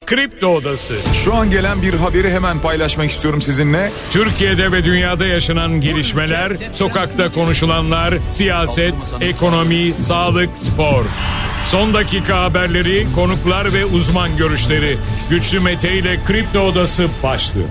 Kripto Odası. Şu an gelen bir haberi hemen paylaşmak istiyorum sizinle. Türkiye'de ve dünyada yaşanan gelişmeler, sokakta konuşulanlar, siyaset, ekonomi, sağlık, spor. Son dakika haberleri, konuklar ve uzman görüşleri. Güçlü Mete ile Kripto Odası başlıyor.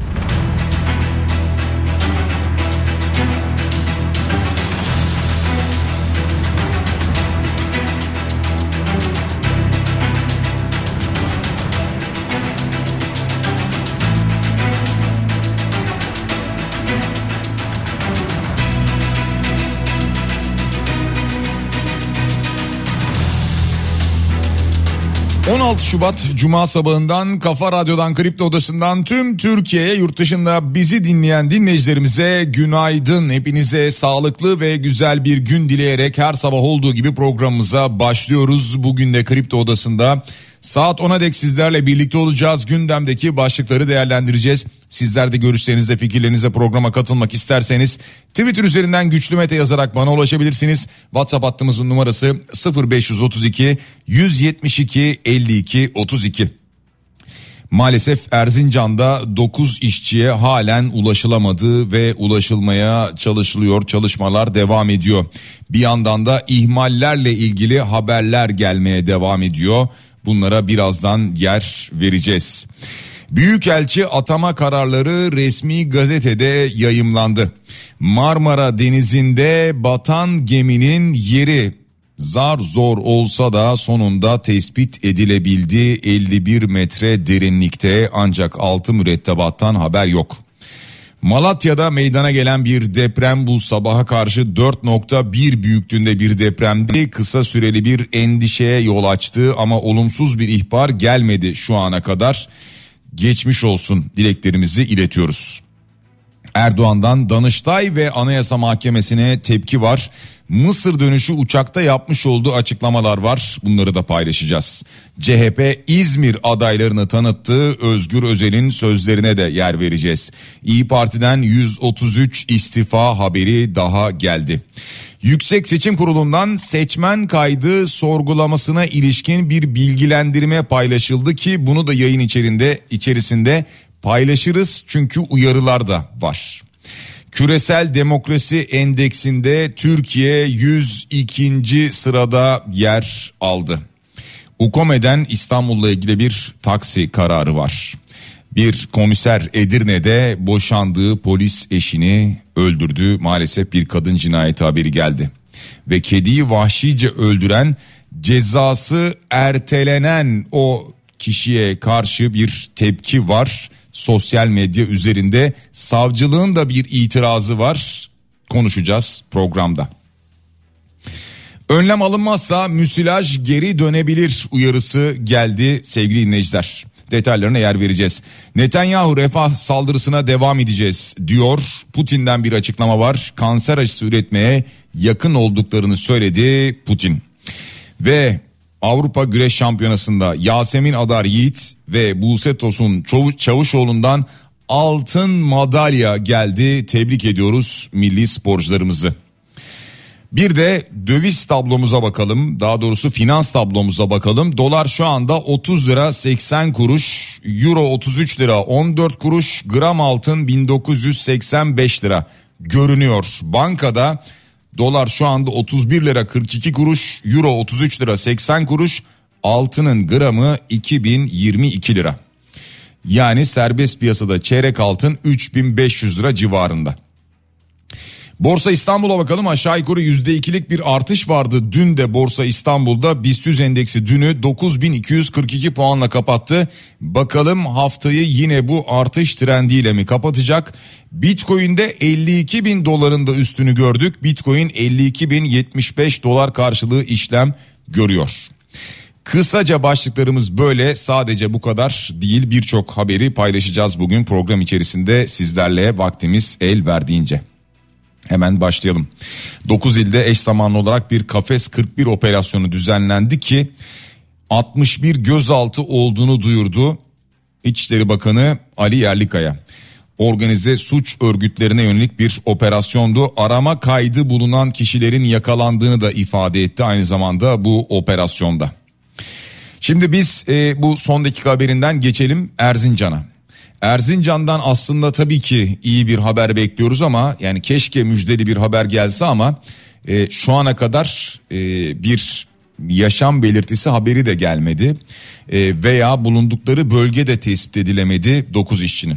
...16 Şubat Cuma sabahından Kafa Radyo'dan, Kripto Odası'ndan tüm Türkiye'ye, yurt dışında bizi dinleyen dinleyicilerimize günaydın. Hepinize sağlıklı ve güzel bir gün dileyerek her sabah olduğu gibi programımıza başlıyoruz. Bugün de Kripto Odası'nda saat 10'a dek sizlerle birlikte olacağız. Gündemdeki başlıkları değerlendireceğiz. Sizler de görüşlerinizle, fikirlerinizle programa katılmak isterseniz Twitter üzerinden Güçlü Mete yazarak bana ulaşabilirsiniz. WhatsApp hattımızın numarası 0532 172 52 32. Maalesef Erzincan'da 9 işçiye halen ulaşılamadı ve ulaşılmaya çalışılıyor. Çalışmalar devam ediyor. Bir yandan da ihmallerle ilgili haberler gelmeye devam ediyor. Bunlara birazdan yer vereceğiz. Büyükelçi atama kararları resmi gazetede yayımlandı. Marmara Denizi'nde batan geminin yeri zar zor olsa da sonunda tespit edilebildi. 51 metre derinlikte, ancak 6 mürettebattan haber yok. Malatya'da meydana gelen bir deprem bu sabaha karşı 4.1 büyüklüğünde bir depremdi. Kısa süreli bir endişeye yol açtı ama olumsuz bir ihbar gelmedi şu ana kadar. Geçmiş olsun dileklerimizi iletiyoruz. Erdoğan'dan Danıştay ve Anayasa Mahkemesi'ne tepki var. Mısır dönüşü uçakta yapmış olduğu açıklamalar var. Bunları da paylaşacağız. CHP İzmir adaylarını tanıttı. Özgür Özel'in sözlerine de yer vereceğiz. İYİ Parti'den 133 istifa haberi daha geldi. Yüksek Seçim Kurulu'ndan seçmen kaydı sorgulamasına ilişkin bir bilgilendirme paylaşıldı ki bunu da yayın içerisinde paylaşırız çünkü uyarılar da var. Küresel Demokrasi Endeksinde Türkiye 102. sırada yer aldı. UKOME'den İstanbul'la ilgili bir taksi kararı var. Bir komiser Edirne'de boşandığı polis eşini öldürdü. Maalesef bir kadın cinayeti haberi geldi. Ve kediyi vahşice öldüren, cezası ertelenen o kişiye karşı bir tepki var. Sosyal medya üzerinde savcılığın da bir itirazı var. Konuşacağız programda. Önlem alınmazsa müsilaj geri dönebilir uyarısı geldi sevgili dinleyiciler. Detaylarına yer vereceğiz. Netanyahu refah saldırısına devam edeceğiz diyor. Putin'den bir açıklama var. Kanser aşısı üretmeye yakın olduklarını söyledi Putin. Ve Avrupa Güreş Şampiyonası'nda Yasemin Adar Yiğit ve Buse Tosun Çavuşoğlu'ndan altın madalya geldi. Tebrik ediyoruz milli sporcularımızı. Bir de döviz tablomuza bakalım. Daha doğrusu finans tablomuza bakalım. Dolar şu anda 30 lira 80 kuruş, euro 33 lira 14 kuruş, gram altın 1985 lira görünüyor. Bankada dolar şu anda 31 lira 42 kuruş, euro 33 lira 80 kuruş, altının gramı 2022 lira. Yani serbest piyasada çeyrek altın 3500 lira civarında. Borsa İstanbul'a bakalım, aşağı yukarı %2'lik bir artış vardı. Dün de Borsa İstanbul'da BIST 100 endeksi dünü 9242 puanla kapattı. Bakalım haftayı yine bu artış trendiyle mi kapatacak? Bitcoin'de 52 bin doların da üstünü gördük. Bitcoin 52.075 dolar karşılığı işlem görüyor. Kısaca başlıklarımız böyle, sadece bu kadar değil, birçok haberi paylaşacağız bugün program içerisinde sizlerle vaktimiz el verdiğince. Hemen başlayalım. 9 ilde eş zamanlı olarak bir Kafes 41 operasyonu düzenlendi ki 61 gözaltı olduğunu duyurdu İçişleri Bakanı Ali Yerlikaya. Organize suç örgütlerine yönelik bir operasyondu. Arama kaydı bulunan kişilerin yakalandığını da ifade etti aynı zamanda bu operasyonda. Şimdi biz bu son dakika haberinden geçelim Erzincan'a. Erzincan'dan aslında tabii ki iyi bir haber bekliyoruz ama yani keşke müjdeli bir haber gelse ama şu ana kadar bir yaşam belirtisi haberi de gelmedi veya bulundukları bölge de tespit edilemedi 9 işçinin.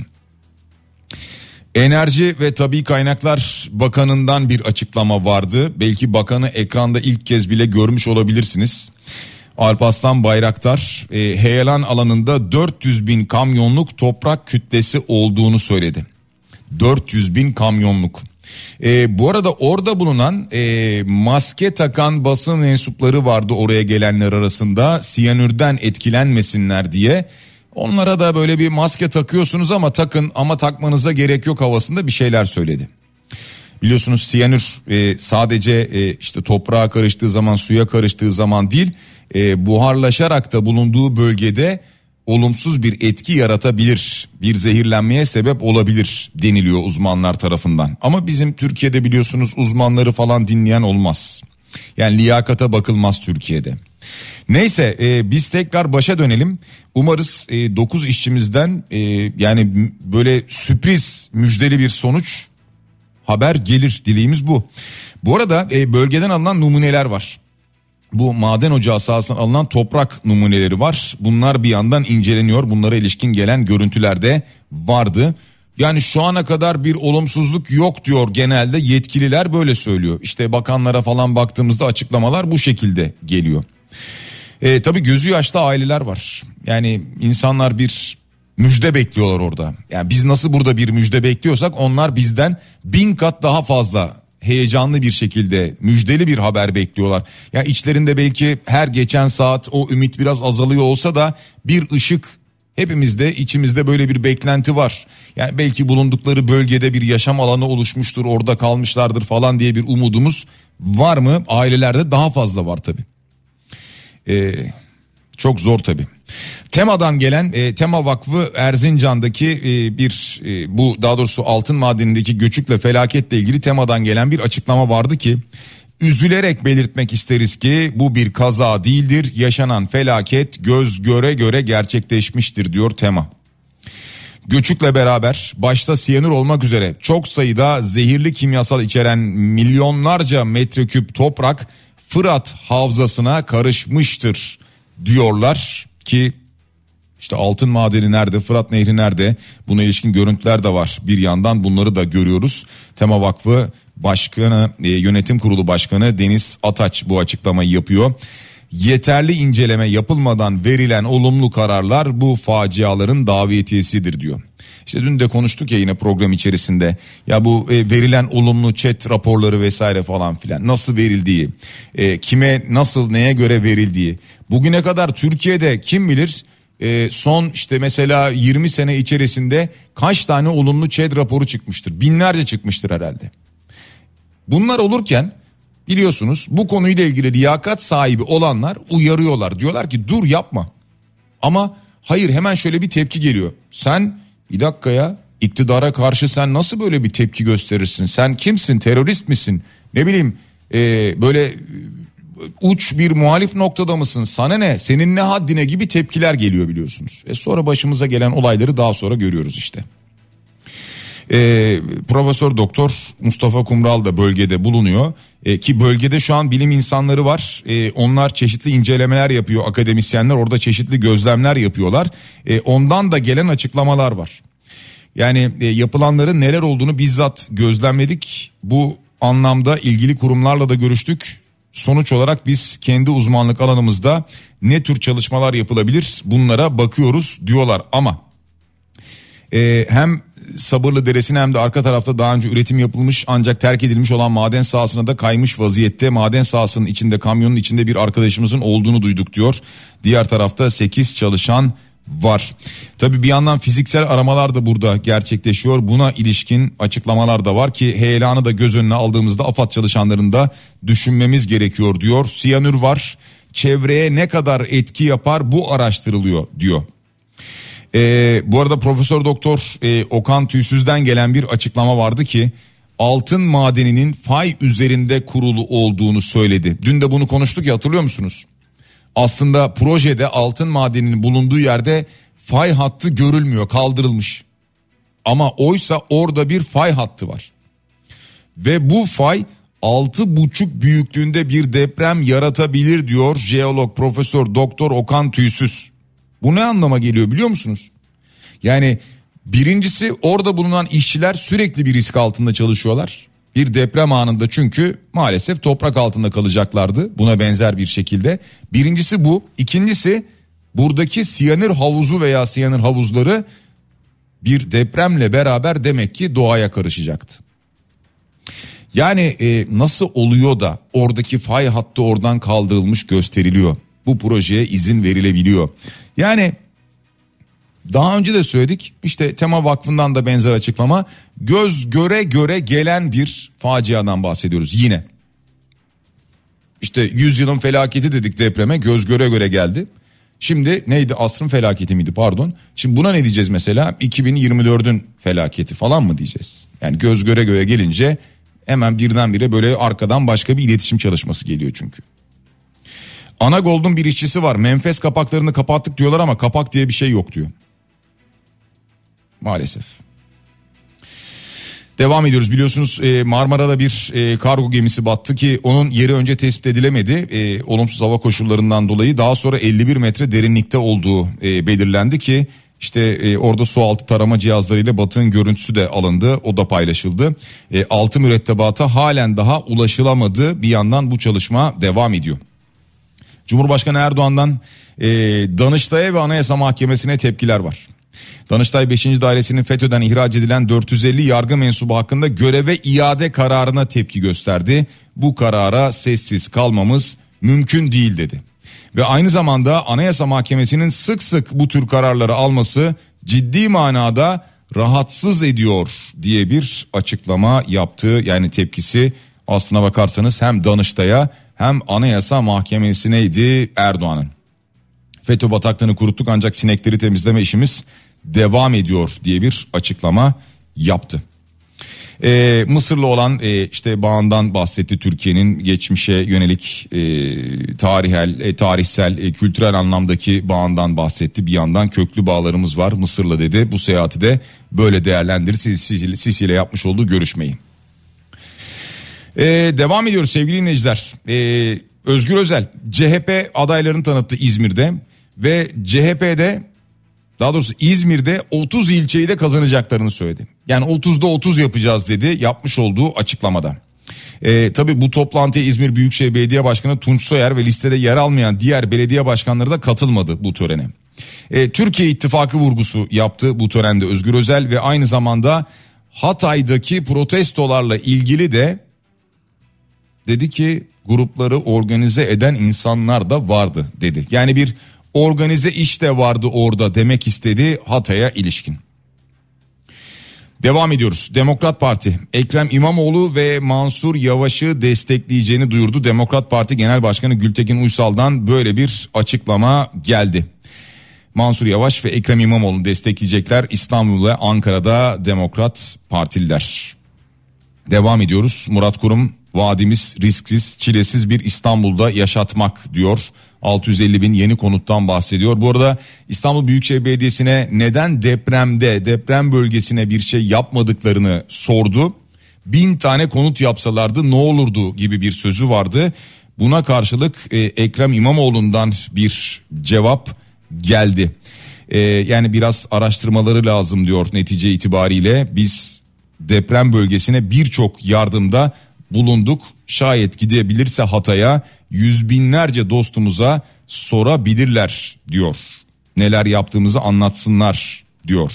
Enerji ve Tabii Kaynaklar Bakanı'ndan bir açıklama vardı. Belki bakanı ekranda ilk kez bile görmüş olabilirsiniz. Alparslan Bayraktar heyelan alanında 400 bin kamyonluk toprak kütlesi olduğunu söyledi. 400 bin kamyonluk. Bu arada orada bulunan maske takan basın mensupları vardı oraya gelenler arasında, siyanürden etkilenmesinler diye. Onlara da böyle bir maske takıyorsunuz ama takın, ama takmanıza gerek yok havasında bir şeyler söyledi. Biliyorsunuz siyanür sadece işte toprağa karıştığı zaman, suya karıştığı zaman değil, buharlaşarak da bulunduğu bölgede olumsuz bir etki yaratabilir, bir zehirlenmeye sebep olabilir deniliyor uzmanlar tarafından. Ama bizim Türkiye'de biliyorsunuz uzmanları falan dinleyen olmaz. Yani liyakata bakılmaz Türkiye'de. Neyse biz tekrar başa dönelim. Umarız 9 işçimizden yani böyle sürpriz müjdeli bir sonuç, haber gelir, dileğimiz bu. Bu arada bölgeden alınan numuneler var. Bu maden ocağı sahasından alınan toprak numuneleri var. Bunlar bir yandan inceleniyor. Bunlara ilişkin gelen görüntüler de vardı. Yani şu ana kadar bir olumsuzluk yok diyor genelde yetkililer, böyle söylüyor. İşte bakanlara falan baktığımızda açıklamalar bu şekilde geliyor. Tabii gözü yaşlı aileler var. Yani insanlar bir müjde bekliyorlar orada. Yani biz nasıl burada bir müjde bekliyorsak onlar bizden 1000 kat daha fazla heyecanlı bir şekilde müjdeli bir haber bekliyorlar. Yani içlerinde belki her geçen saat o ümit biraz azalıyor olsa da bir ışık, hepimizde içimizde böyle bir beklenti var. Yani belki bulundukları bölgede bir yaşam alanı oluşmuştur, orada kalmışlardır falan diye bir umudumuz var mı? Ailelerde daha fazla var tabii. Çok zor tabii. TEMA'dan gelen TEMA Vakfı Erzincan'daki bu daha doğrusu altın madenindeki göçükle felaketle ilgili TEMA'dan gelen bir açıklama vardı ki, üzülerek belirtmek isteriz ki bu bir kaza değildir. Yaşanan felaket göz göre göre gerçekleşmiştir diyor TEMA. Göçükle beraber başta siyanür olmak üzere çok sayıda zehirli kimyasal içeren milyonlarca metreküp toprak Fırat Havzası'na karışmıştır diyorlar ki işte altın madeni nerede, Fırat Nehri nerede, buna ilişkin görüntüler de var. Bir yandan bunları da görüyoruz. TEMA Vakfı Başkanı, Yönetim Kurulu Başkanı Deniz Ataç bu açıklamayı yapıyor. Yeterli inceleme yapılmadan verilen olumlu kararlar bu faciaların davetiyesidir diyor. İşte dün de konuştuk ya yine program içerisinde, ya bu verilen olumlu chat raporları vesaire falan filan nasıl verildiği, kime nasıl neye göre verildiği, bugüne kadar Türkiye'de kim bilir son işte mesela 20 sene içerisinde kaç tane olumlu chat raporu çıkmıştır, binlerce çıkmıştır herhalde. Bunlar olurken biliyorsunuz bu konuyla ilgili liyakat sahibi olanlar uyarıyorlar, diyorlar ki dur yapma, ama hayır hemen şöyle bir tepki geliyor, sen bir dakika ya, iktidara karşı sen nasıl böyle bir tepki gösterirsin? Sen kimsin? Terörist misin? Ne bileyim böyle uç bir muhalif noktada mısın? Sana ne? Senin ne haddine gibi tepkiler geliyor biliyorsunuz. Sonra başımıza gelen olayları daha sonra görüyoruz işte. Profesör Doktor Mustafa Kumral da bölgede bulunuyor. Ki bölgede şu an bilim insanları var. Onlar çeşitli incelemeler yapıyor. Akademisyenler orada çeşitli gözlemler yapıyorlar. Ondan da gelen açıklamalar var. Yani yapılanların neler olduğunu bizzat gözlemledik. Bu anlamda ilgili kurumlarla da görüştük. Sonuç olarak biz kendi uzmanlık alanımızda ne tür çalışmalar yapılabilir bunlara bakıyoruz diyorlar. Ama hem Sabırlı Deresi'ne hem de arka tarafta daha önce üretim yapılmış ancak terk edilmiş olan maden sahasına da kaymış vaziyette. Maden sahasının içinde, kamyonun içinde bir arkadaşımızın olduğunu duyduk diyor. Diğer tarafta 8 çalışan var. Tabii bir yandan fiziksel aramalar da burada gerçekleşiyor. Buna ilişkin açıklamalar da var ki heyelanı da göz önüne aldığımızda AFAD çalışanlarını da düşünmemiz gerekiyor diyor. Siyanür var. Çevreye ne kadar etki yapar bu araştırılıyor diyor. Bu arada Profesör Doktor Okan Tüysüz'den gelen bir açıklama vardı ki altın madeninin fay üzerinde kurulu olduğunu söyledi. Dün de bunu konuştuk ya, hatırlıyor musunuz? Aslında projede altın madeninin bulunduğu yerde fay hattı görülmüyor, kaldırılmış. Ama oysa orada bir fay hattı var. Ve bu fay 6,5 büyüklüğünde bir deprem yaratabilir diyor jeolog Profesör Doktor Okan Tüysüz. Bu ne anlama geliyor biliyor musunuz? Yani birincisi, orada bulunan işçiler sürekli bir risk altında çalışıyorlar. Bir deprem anında çünkü maalesef toprak altında kalacaklardı buna benzer bir şekilde. Birincisi bu. İkincisi, buradaki siyanür havuzu veya siyanür havuzları bir depremle beraber demek ki doğaya karışacaktı. Yani nasıl oluyor da oradaki fay hattı oradan kaldırılmış gösteriliyor. Bu projeye izin verilebiliyor. Yani daha önce de söyledik, işte Tema Vakfı'ndan da benzer açıklama. Göz göre göre gelen bir faciadan bahsediyoruz yine. İşte 100 yılın felaketi dedik depreme, göz göre göre geldi. Şimdi neydi, asrın felaketi miydi pardon. Şimdi buna ne diyeceğiz mesela, 2024'ün felaketi falan mı diyeceğiz? Yani göz göre göre gelince hemen birdenbire böyle arkadan başka bir iletişim çalışması geliyor çünkü. Anagold'un bir işçisi var, menfez kapaklarını kapattık diyorlar ama kapak diye bir şey yok diyor. Maalesef. Devam ediyoruz, biliyorsunuz Marmara'da bir kargo gemisi battı ki onun yeri önce tespit edilemedi. Olumsuz hava koşullarından dolayı daha sonra 51 metre derinlikte olduğu belirlendi ki işte orada su altı tarama cihazlarıyla batığın görüntüsü de alındı, o da paylaşıldı. Altı mürettebata halen daha ulaşılamadı, bir yandan bu çalışma devam ediyor. Cumhurbaşkanı Erdoğan'dan Danıştay'a ve Anayasa Mahkemesi'ne tepkiler var. Danıştay 5. Dairesi'nin FETÖ'den ihraç edilen 450 yargı mensubu hakkında göreve iade kararına tepki gösterdi. Bu karara sessiz kalmamız mümkün değil dedi. Ve aynı zamanda Anayasa Mahkemesi'nin sık sık bu tür kararları alması ciddi manada rahatsız ediyor diye bir açıklama yaptı. Yani tepkisi aslına bakarsanız hem Danıştay'a hem Anayasa Mahkemesi'neydi Erdoğan'ın. FETÖ bataklığını kuruttuk ancak sinekleri temizleme işimiz devam ediyor diye bir açıklama yaptı. Mısır'la olan işte bağından bahsetti, Türkiye'nin geçmişe yönelik tarihsel, kültürel anlamdaki bağından bahsetti. Bir yandan köklü bağlarımız var Mısır'la dedi. Bu seyahati de böyle değerlendirir Sisi ile yapmış olduğu görüşmeyi. Devam ediyoruz sevgili dinleyiciler. Özgür Özel CHP adaylarını tanıttı İzmir'de ve CHP'de, daha doğrusu İzmir'de 30 ilçeyi de kazanacaklarını söyledi. Yani 30'da 30 yapacağız dedi yapmış olduğu açıklamada. Tabii bu toplantıya İzmir Büyükşehir Belediye Başkanı Tunç Soyer ve listede yer almayan diğer belediye başkanları da katılmadı bu törene. Türkiye İttifakı vurgusu yaptı bu törende Özgür Özel ve aynı zamanda Hatay'daki protestolarla ilgili de dedi ki grupları organize eden insanlar da vardı dedi. Yani bir organize iş de vardı orada demek istedi Hatay'a ilişkin. Devam ediyoruz. Demokrat Parti Ekrem İmamoğlu ve Mansur Yavaş'ı destekleyeceğini duyurdu. Demokrat Parti Genel Başkanı Gültekin Uysal'dan böyle bir açıklama geldi. Mansur Yavaş ve Ekrem İmamoğlu'nu destekleyecekler İstanbul ve Ankara'da Demokrat Partililer. Devam ediyoruz. Murat Kurum, vaadimiz risksiz, çilesiz bir İstanbul'da yaşatmak diyor. 650 bin yeni konuttan bahsediyor. Bu arada İstanbul Büyükşehir Belediyesi'ne neden deprem bölgesine bir şey yapmadıklarını sordu. 1000 tane konut yapsalardı ne olurdu gibi bir sözü vardı. Buna karşılık Ekrem İmamoğlu'ndan bir cevap geldi. Yani biraz araştırmaları lazım diyor netice itibariyle. Biz deprem bölgesine birçok yardımda bulunduk. Şayet gidebilirse Hatay'a yüz binlerce dostumuza sorabilirler diyor. Neler yaptığımızı anlatsınlar diyor.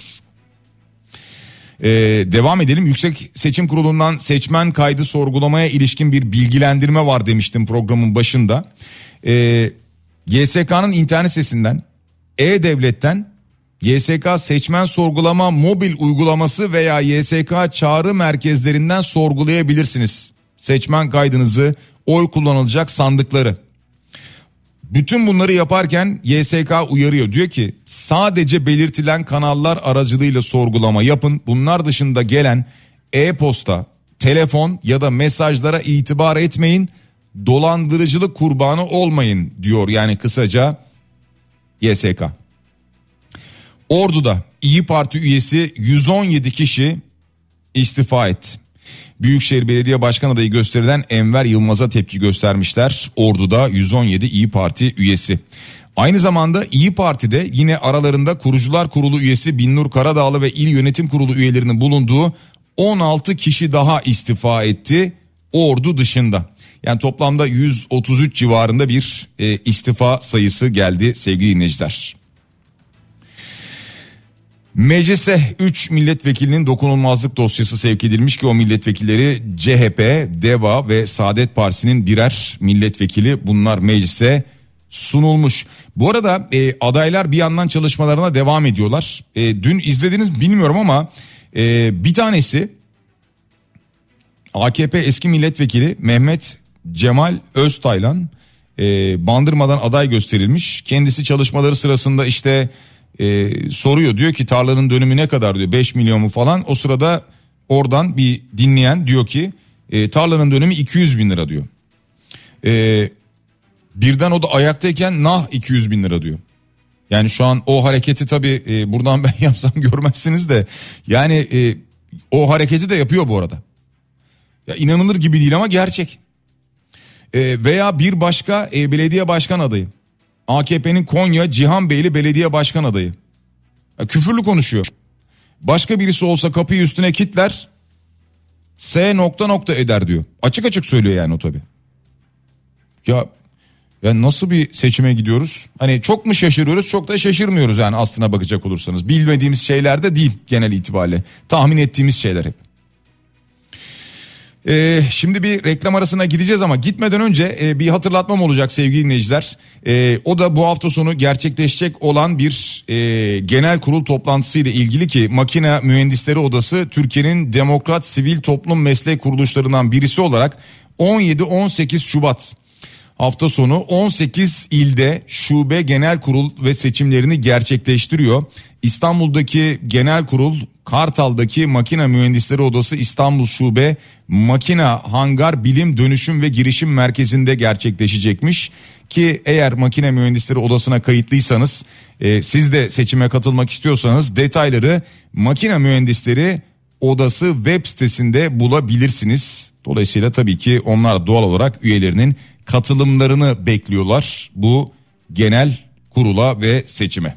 Devam edelim. Yüksek Seçim Kurulu'ndan seçmen kaydı sorgulamaya ilişkin bir bilgilendirme var demiştim programın başında. YSK'nın internet sitesinden, E-Devlet'ten YSK seçmen sorgulama mobil uygulaması veya YSK çağrı merkezlerinden sorgulayabilirsiniz seçmen kaydınızı, oy kullanılacak sandıkları. Bütün bunları yaparken YSK uyarıyor, diyor ki sadece belirtilen kanallar aracılığıyla sorgulama yapın. Bunlar dışında gelen e-posta, telefon ya da mesajlara itibar etmeyin. dolandırıcılık kurbanı olmayın diyor, yani kısaca YSK. Ordu'da İyi Parti üyesi 117 kişi istifa etti. Büyükşehir Belediye Başkan adayı gösterilen Enver Yılmaz'a tepki göstermişler. Ordu'da 117 İyi Parti üyesi. Aynı zamanda İyi Parti'de yine aralarında Kurucular Kurulu üyesi Binnur Karadağlı ve İl Yönetim Kurulu üyelerinin bulunduğu 16 kişi daha istifa etti Ordu dışında. Yani toplamda 133 civarında bir istifa sayısı geldi sevgili dinleyiciler. Meclise 3 milletvekilinin dokunulmazlık dosyası sevk edilmiş ki o milletvekilleri CHP, DEVA ve Saadet Partisi'nin birer milletvekili, bunlar meclise sunulmuş. Bu arada adaylar bir yandan çalışmalarına devam ediyorlar. Dün izlediniz bilmiyorum ama bir tanesi AKP eski milletvekili Mehmet Cemal Öztaylan Bandırma'dan aday gösterilmiş. Kendisi çalışmaları sırasında işte soruyor, diyor ki tarlanın dönümü ne kadar diyor, 5 milyon mu falan. O sırada oradan bir dinleyen diyor ki tarlanın dönümü 200 bin lira diyor. Birden o da ayaktayken nah 200 bin lira diyor. Yani şu an o hareketi tabii buradan ben yapsam görmezsiniz de yani o hareketi de yapıyor bu arada. Ya inanılır gibi değil ama gerçek. Veya bir başka belediye başkan adayı. AKP'nin Konya Cihanbeyli belediye başkan adayı. Ya küfürlü konuşuyor. Başka birisi olsa kapıyı üstüne kilitler. S nokta eder diyor. Açık açık söylüyor yani o tabii. Ya nasıl bir seçime gidiyoruz? Hani çok mu şaşırıyoruz? Çok da şaşırmıyoruz yani aslına bakacak olursanız. Bilmediğimiz şeyler de değil genel itibariyle. Tahmin ettiğimiz şeyler hep. Şimdi bir reklam arasına gideceğiz ama gitmeden önce bir hatırlatmam olacak sevgili dinleyiciler. O da bu hafta sonu gerçekleşecek olan bir genel kurul toplantısı ile ilgili ki Makine Mühendisleri Odası Türkiye'nin demokrat sivil toplum meslek kuruluşlarından birisi olarak 17-18 Şubat hafta sonu 18 ilde şube genel kurul ve seçimlerini gerçekleştiriyor. İstanbul'daki genel kurul Kartal'daki Makine Mühendisleri Odası İstanbul Şube Makine Hangar Bilim Dönüşüm ve Girişim Merkezi'nde gerçekleşecekmiş. Ki eğer Makine Mühendisleri Odası'na kayıtlıysanız siz de seçime katılmak istiyorsanız detayları Makine Mühendisleri Odası web sitesinde bulabilirsiniz. Dolayısıyla tabii ki onlar doğal olarak üyelerinin katılımlarını bekliyorlar bu genel kurula ve seçime.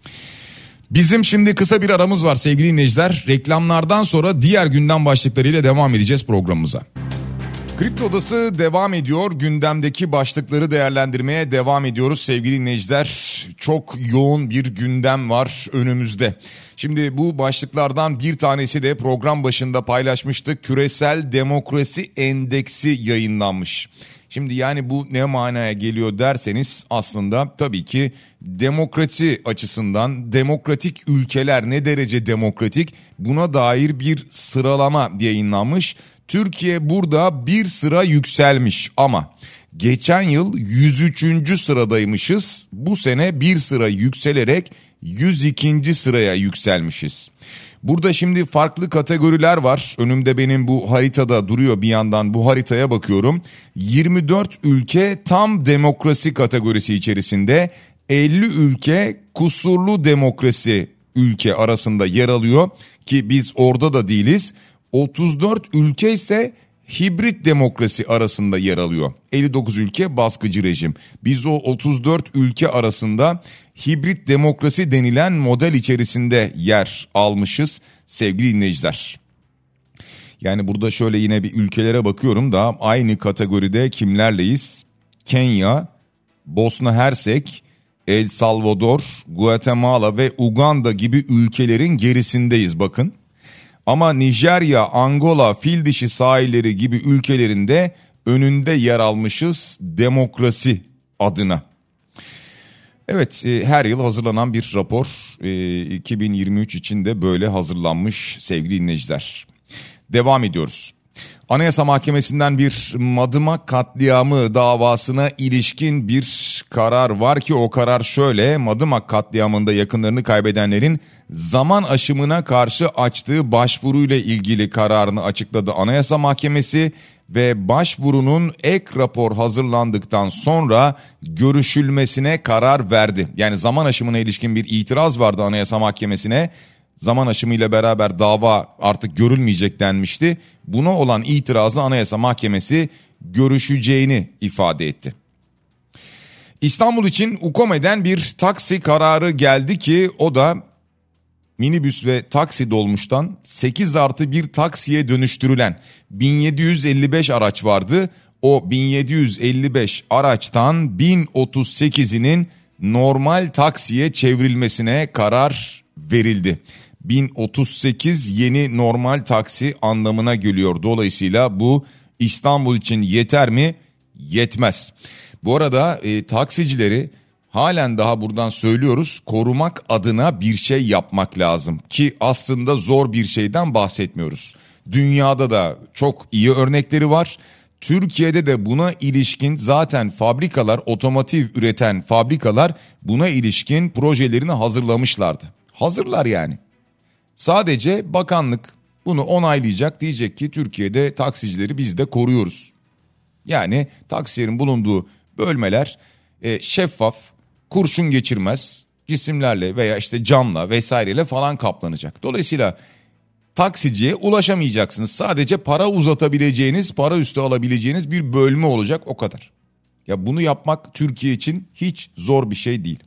Bizim şimdi kısa bir aramız var sevgili dinleyiciler. Reklamlardan sonra diğer gündem başlıklarıyla devam edeceğiz programımıza. Kripto Odası devam ediyor. Gündemdeki başlıkları değerlendirmeye devam ediyoruz sevgili dinleyiciler. Çok yoğun bir gündem var önümüzde. Şimdi bu başlıklardan bir tanesi de program başında paylaşmıştık. Küresel Demokrasi Endeksi yayınlanmış. Şimdi yani bu ne manaya geliyor derseniz aslında tabii ki demokrasi açısından demokratik ülkeler ne derece demokratik buna dair bir sıralama yayınlanmış. Türkiye burada bir sıra yükselmiş ama geçen yıl 103. sıradaymışız. Bu sene bir sıra yükselerek 102. sıraya yükselmişiz. Burada şimdi farklı kategoriler var. Önümde benim bu haritada duruyor, bir yandan bu haritaya bakıyorum. 24 ülke tam demokrasi kategorisi içerisinde, 50 ülke kusurlu demokrasi ülke arasında yer alıyor ki biz orada da değiliz. 34 ülke ise hibrit demokrasi arasında yer alıyor. 59 ülke baskıcı rejim. Biz o 34 ülke arasında hibrit demokrasi denilen model içerisinde yer almışız sevgili dinleyiciler. Yani burada şöyle yine bir ülkelere bakıyorum da aynı kategoride kimlerleyiz? Kenya, Bosna Hersek, El Salvador, Guatemala ve Uganda gibi ülkelerin gerisindeyiz bakın. Ama Nijerya, Angola, Fildişi sahilleri gibi ülkelerin de önünde yer almışız demokrasi adına. Evet, her yıl hazırlanan bir rapor 2023 için de böyle hazırlanmış sevgili dinleyiciler. Devam ediyoruz. Anayasa Mahkemesi'nden bir Madımak katliamı davasına ilişkin bir karar var ki o karar şöyle: Madımak katliamında yakınlarını kaybedenlerin zaman aşımına karşı açtığı başvuruyla ilgili kararını açıkladı Anayasa Mahkemesi. ve başvurunun ek rapor hazırlandıktan sonra görüşülmesine karar verdi. Yani zaman aşımına ilişkin bir itiraz vardı Anayasa Mahkemesi'ne. Zaman aşımıyla beraber dava artık görülmeyecek denmişti. Buna olan itirazı Anayasa Mahkemesi görüşeceğini ifade etti. İstanbul için UKOME'den bir taksi kararı geldi ki o da minibüs ve taksi dolmuştan 8+1 taksiye dönüştürülen 1755 araç vardı. O 1755 araçtan 1038'inin normal taksiye çevrilmesine karar verildi. 1038 yeni normal taksi anlamına geliyor. Dolayısıyla bu İstanbul için yeter mi? Yetmez. Bu arada taksicileri halen daha buradan söylüyoruz, korumak adına bir şey yapmak lazım ki aslında zor bir şeyden bahsetmiyoruz. Dünyada da çok iyi örnekleri var. Türkiye'de de buna ilişkin zaten fabrikalar, otomotiv üreten fabrikalar buna ilişkin projelerini hazırlamışlardı. Hazırlar yani. Sadece bakanlık bunu onaylayacak, diyecek ki Türkiye'de taksicileri biz de koruyoruz. Yani taksilerin bulunduğu bölmeler şeffaf, kurşun geçirmez cisimlerle veya işte camla vesaireyle falan kaplanacak. Dolayısıyla taksiciye ulaşamayacaksınız. Sadece para uzatabileceğiniz, para üstü alabileceğiniz bir bölme olacak, o kadar. Ya bunu yapmak Türkiye için hiç zor bir şey değil.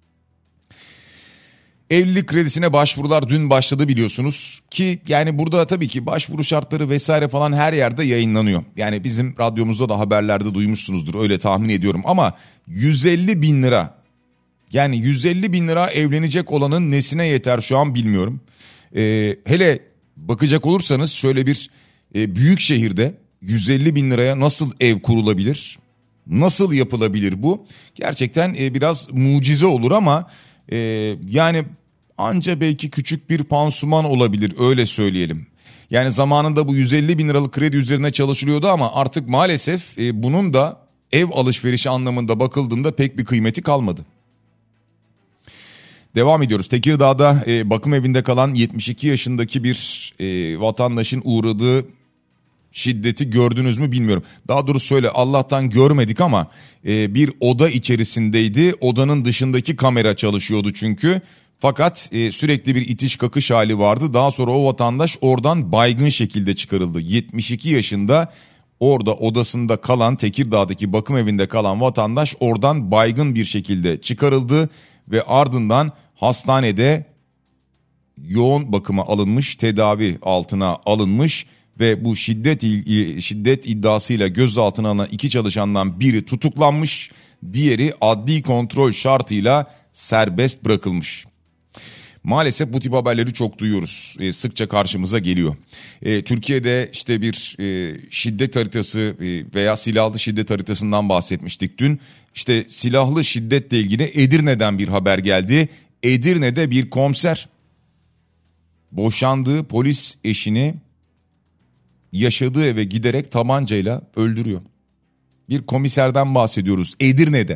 Evlilik kredisine başvurular dün başladı biliyorsunuz ki yani burada tabii ki başvuru şartları vesaire falan her yerde yayınlanıyor. Yani bizim radyomuzda da haberlerde duymuşsunuzdur, öyle tahmin ediyorum, ama 150 bin lira, yani 150 bin lira evlenecek olanın nesine yeter şu an bilmiyorum. Hele bakacak olursanız şöyle bir büyük şehirde 150 bin liraya nasıl ev kurulabilir? Nasıl yapılabilir bu? Gerçekten biraz mucize olur ama yani anca belki küçük bir pansuman olabilir, öyle söyleyelim. Yani zamanında bu 150 bin liralık kredi üzerine çalışılıyordu ama artık maalesef bunun da ev alışverişi anlamında bakıldığında pek bir kıymeti kalmadı. Devam ediyoruz. Tekirdağ'da bakım evinde kalan 72 yaşındaki bir vatandaşın uğradığı şiddeti gördünüz mü bilmiyorum. Daha doğrusu şöyle, Allah'tan görmedik ama bir oda içerisindeydi. Odanın dışındaki kamera çalışıyordu çünkü. Fakat sürekli bir itiş kakış hali vardı. Daha sonra o vatandaş oradan baygın şekilde çıkarıldı. 72 yaşında orada odasında kalan, Tekirdağ'daki bakım evinde kalan vatandaş oradan baygın bir şekilde çıkarıldı ve ardından hastanede yoğun bakıma alınmış, tedavi altına alınmış ve bu şiddet iddiasıyla gözaltına alınan iki çalışandan biri tutuklanmış, diğeri adli kontrol şartıyla serbest bırakılmış. Maalesef bu tip haberleri çok duyuyoruz. Sıkça karşımıza geliyor. Türkiye'de işte bir şiddet haritası veya silahlı şiddet haritasından bahsetmiştik dün. İşte silahlı şiddetle ilgili Edirne'den bir haber geldi. Edirne'de bir komiser boşandığı polis eşini yaşadığı eve giderek tabancayla öldürüyor. Bir komiserden bahsediyoruz Edirne'de.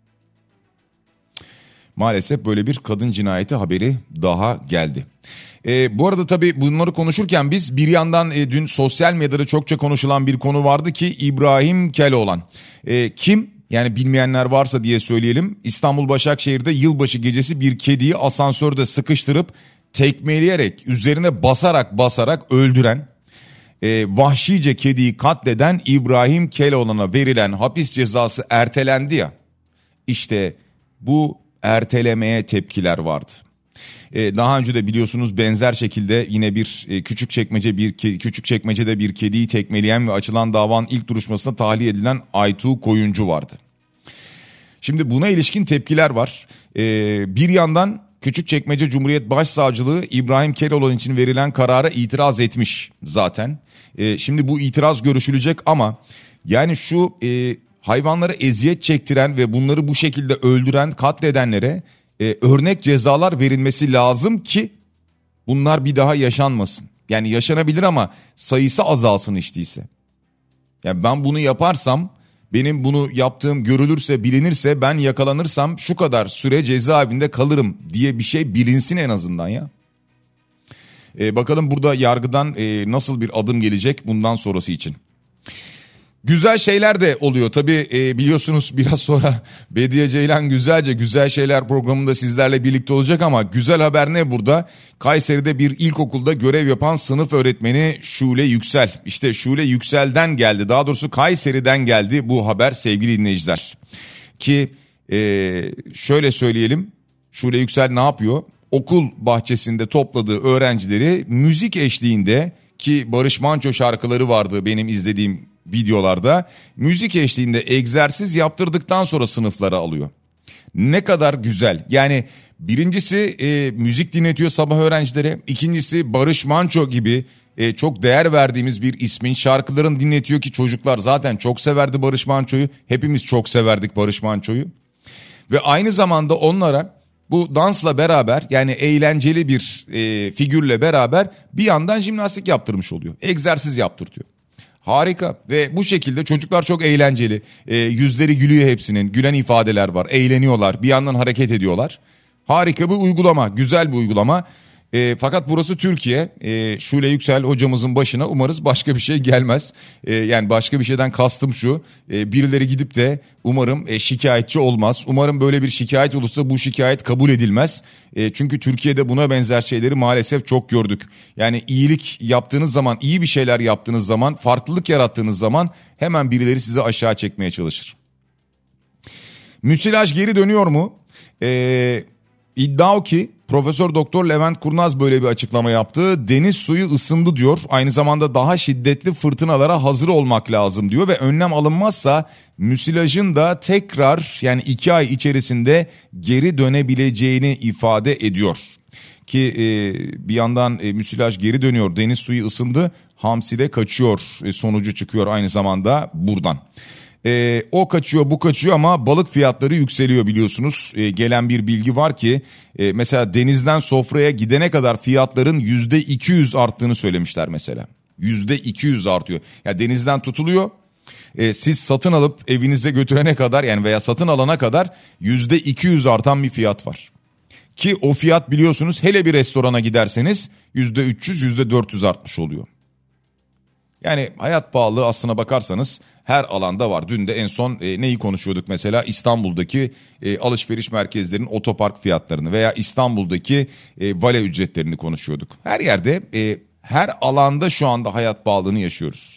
Maalesef böyle bir kadın cinayeti haberi daha geldi. Bu arada tabii bunları konuşurken biz bir yandan dün sosyal medyada çokça konuşulan bir konu vardı ki İbrahim Keloğlan. Kim? Yani bilmeyenler varsa diye söyleyelim. İstanbul Başakşehir'de yılbaşı gecesi bir kediyi asansörde sıkıştırıp tekmeleyerek, üzerine basarak öldüren, vahşice kediyi katleden İbrahim Keloğlan'a verilen hapis cezası ertelendi ya. İşte bu ertelemeye tepkiler vardı. Daha önce de biliyorsunuz benzer şekilde yine bir Küçükçekmece'de bir kediyi tekmeleyen ve açılan davanın ilk duruşmasında tahliye edilen Aytuğ Koyuncu vardı. Şimdi buna ilişkin tepkiler var. Bir yandan Küçükçekmece Cumhuriyet Başsavcılığı İbrahim Keloğlan için verilen karara itiraz etmiş zaten. Şimdi bu itiraz görüşülecek ama yani şu hayvanlara eziyet çektiren ve bunları bu şekilde öldüren, katledenlere örnek cezalar verilmesi lazım ki bunlar bir daha yaşanmasın. Yani yaşanabilir ama sayısı azalsın hiç değilse. Yani ben bunu yaparsam, benim bunu yaptığım görülürse, bilinirse, ben yakalanırsam şu kadar süre cezaevinde kalırım diye bir şey bilinsin en azından ya. Bakalım burada yargıdan nasıl bir adım gelecek bundan sonrası için. Güzel şeyler de oluyor tabii, biliyorsunuz biraz sonra Bediye Ceylan Güzel Şeyler programında sizlerle birlikte olacak ama güzel haber ne burada? Kayseri'de bir ilkokulda görev yapan sınıf öğretmeni Şule Yüksel. İşte Şule Yüksel'den geldi, daha doğrusu Kayseri'den geldi bu haber sevgili dinleyiciler. Ki şöyle söyleyelim, Şule Yüksel ne yapıyor? Okul bahçesinde topladığı öğrencileri müzik eşliğinde, ki Barış Manço şarkıları vardı benim izlediğim videolarda, müzik eşliğinde egzersiz yaptırdıktan sonra sınıflara alıyor. Ne kadar güzel. Yani birincisi müzik dinletiyor sabah öğrencilere. İkincisi Barış Manço gibi çok değer verdiğimiz bir ismin şarkılarını dinletiyor ki çocuklar zaten çok severdi Barış Manço'yu. Hepimiz çok severdik Barış Manço'yu. Ve aynı zamanda onlara bu dansla beraber, yani eğlenceli bir figürle beraber bir yandan jimnastik yaptırmış oluyor. Egzersiz yaptırtıyor. Harika ve bu şekilde çocuklar çok eğlenceli, yüzleri gülüyor hepsinin, gülen ifadeler var, eğleniyorlar, bir yandan hareket ediyorlar. Harika bir uygulama, güzel bir uygulama. Fakat burası Türkiye. Şule Yüksel hocamızın başına umarız başka bir şey gelmez. Yani başka bir şeyden kastım şu, birileri gidip de umarım şikayetçi olmaz. Umarım böyle bir şikayet olursa bu şikayet kabul edilmez. Çünkü Türkiye'de buna benzer şeyleri maalesef çok gördük. Yani iyilik yaptığınız zaman, iyi bir şeyler yaptığınız zaman, farklılık yarattığınız zaman hemen birileri sizi aşağı çekmeye çalışır. Müsilaj geri dönüyor mu? İddia o ki Profesör Doktor Levent Kurnaz böyle bir açıklama yaptı. Deniz suyu ısındı diyor. Aynı zamanda daha şiddetli fırtınalara hazır olmak lazım diyor ve önlem alınmazsa müsilajın da tekrar, yani 2 ay içerisinde geri dönebileceğini ifade ediyor. Ki bir yandan müsilaj geri dönüyor, deniz suyu ısındı, hamsi de kaçıyor sonucu çıkıyor aynı zamanda buradan. O kaçıyor bu kaçıyor ama balık fiyatları yükseliyor biliyorsunuz. Gelen bir bilgi var ki mesela denizden sofraya gidene kadar fiyatların %200 arttığını söylemişler mesela. %200 artıyor. Yani denizden tutuluyor. Siz satın alıp evinize götürene kadar, yani veya satın alana kadar %200 artan bir fiyat var. Ki o fiyat biliyorsunuz hele bir restorana giderseniz %300 %400 artmış oluyor. Yani hayat pahalılığı aslına bakarsanız her alanda var. Dün de en son neyi konuşuyorduk mesela? İstanbul'daki alışveriş merkezlerinin otopark fiyatlarını veya İstanbul'daki vale ücretlerini konuşuyorduk. Her yerde, her alanda şu anda hayat pahalılığını yaşıyoruz.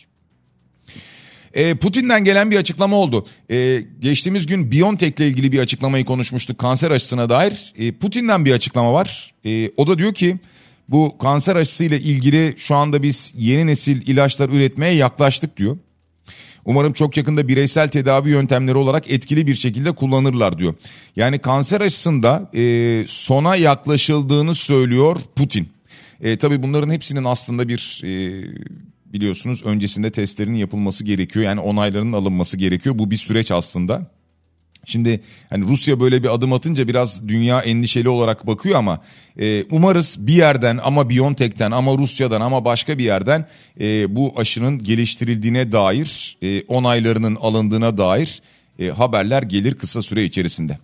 Putin'den gelen bir açıklama oldu. Geçtiğimiz gün BioNTech ile ilgili bir açıklamayı konuşmuştuk, kanser aşısına dair. Putin'den bir açıklama var. O da diyor ki bu kanser aşısı ile ilgili şu anda biz yeni nesil ilaçlar üretmeye yaklaştık diyor. Umarım çok yakında bireysel tedavi yöntemleri olarak etkili bir şekilde kullanırlar diyor. Yani kanser aşısında sona yaklaşıldığını söylüyor Putin. Tabii bunların hepsinin aslında bir biliyorsunuz öncesinde testlerin yapılması gerekiyor. Yani onaylarının alınması gerekiyor. Bu bir süreç aslında. Şimdi hani Rusya böyle bir adım atınca biraz dünya endişeli olarak bakıyor ama umarız bir yerden, ama BioNTech'ten ama Rusya'dan ama başka bir yerden bu aşının geliştirildiğine dair, onaylarının alındığına dair haberler gelir kısa süre içerisinde.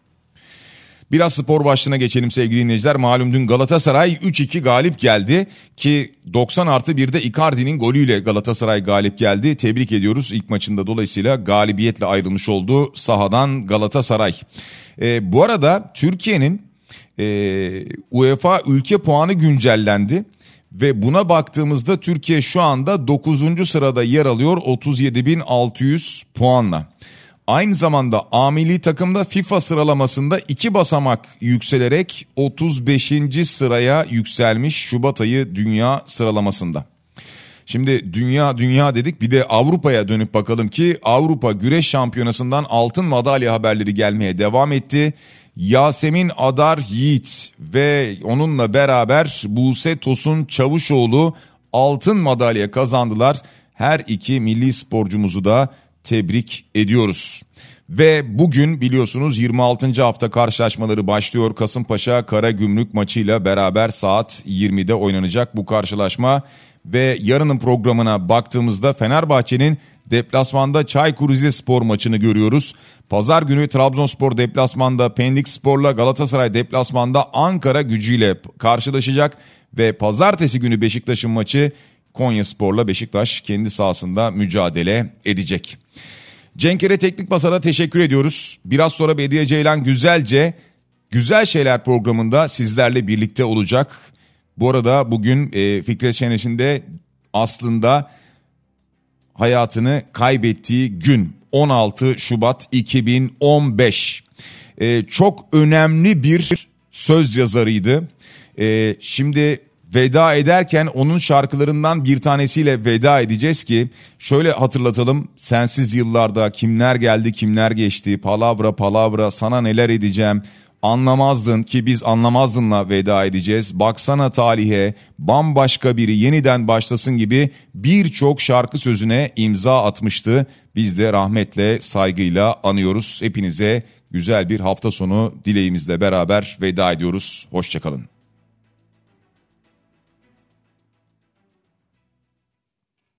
Biraz spor başlığına geçelim sevgili dinleyiciler. Malum dün Galatasaray 3-2 galip geldi ki 90+1'de Icardi'nin golüyle Galatasaray galip geldi. Tebrik ediyoruz ilk maçında, dolayısıyla galibiyetle ayrılmış oldu sahadan Galatasaray. Bu arada Türkiye'nin UEFA ülke puanı güncellendi. Ve buna baktığımızda Türkiye şu anda 9. sırada yer alıyor 37.600 puanla. Aynı zamanda A milli takımda FIFA sıralamasında 2 basamak yükselerek 35. sıraya yükselmiş Şubat ayı dünya sıralamasında. Şimdi dünya dedik, bir de Avrupa'ya dönüp bakalım ki Avrupa Güreş Şampiyonası'ndan altın madalya haberleri gelmeye devam etti. Yasemin Adar Yiğit ve onunla beraber Buse Tosun Çavuşoğlu altın madalya kazandılar. Her iki milli sporcumuzu da tebrik ediyoruz. Ve bugün biliyorsunuz 26. hafta karşılaşmaları başlıyor. Kasımpaşa Karagümrük maçıyla beraber saat 20'de oynanacak bu karşılaşma. Ve yarının programına baktığımızda Fenerbahçe'nin deplasmanda Çaykur Rizespor maçını görüyoruz. Pazar günü Trabzonspor deplasmanda Pendik Spor'la, Galatasaray deplasmanda Ankara Gücü'yle karşılaşacak. Ve pazartesi günü Beşiktaş'ın maçı Konyaspor'la Beşiktaş kendi sahasında mücadele edecek. Cenk'e Teknik Masa'da teşekkür ediyoruz. Biraz sonra Bediye Ceylan Güzel Şeyler programında sizlerle birlikte olacak. Bu arada bugün Fikret Şeneş'in de aslında hayatını kaybettiği gün 16 Şubat 2015. Çok önemli bir söz yazarıydı. Şimdi veda ederken onun şarkılarından bir tanesiyle veda edeceğiz ki şöyle hatırlatalım. Sensiz yıllarda kimler geldi kimler geçti, palavra palavra sana neler edeceğim, anlamazdın ki biz anlamazdınla veda edeceğiz. Baksana talihe, bambaşka biri yeniden başlasın gibi birçok şarkı sözüne imza atmıştı. Biz de rahmetle, saygıyla anıyoruz. Hepinize güzel bir hafta sonu dileğimizle beraber veda ediyoruz. Hoşçakalın.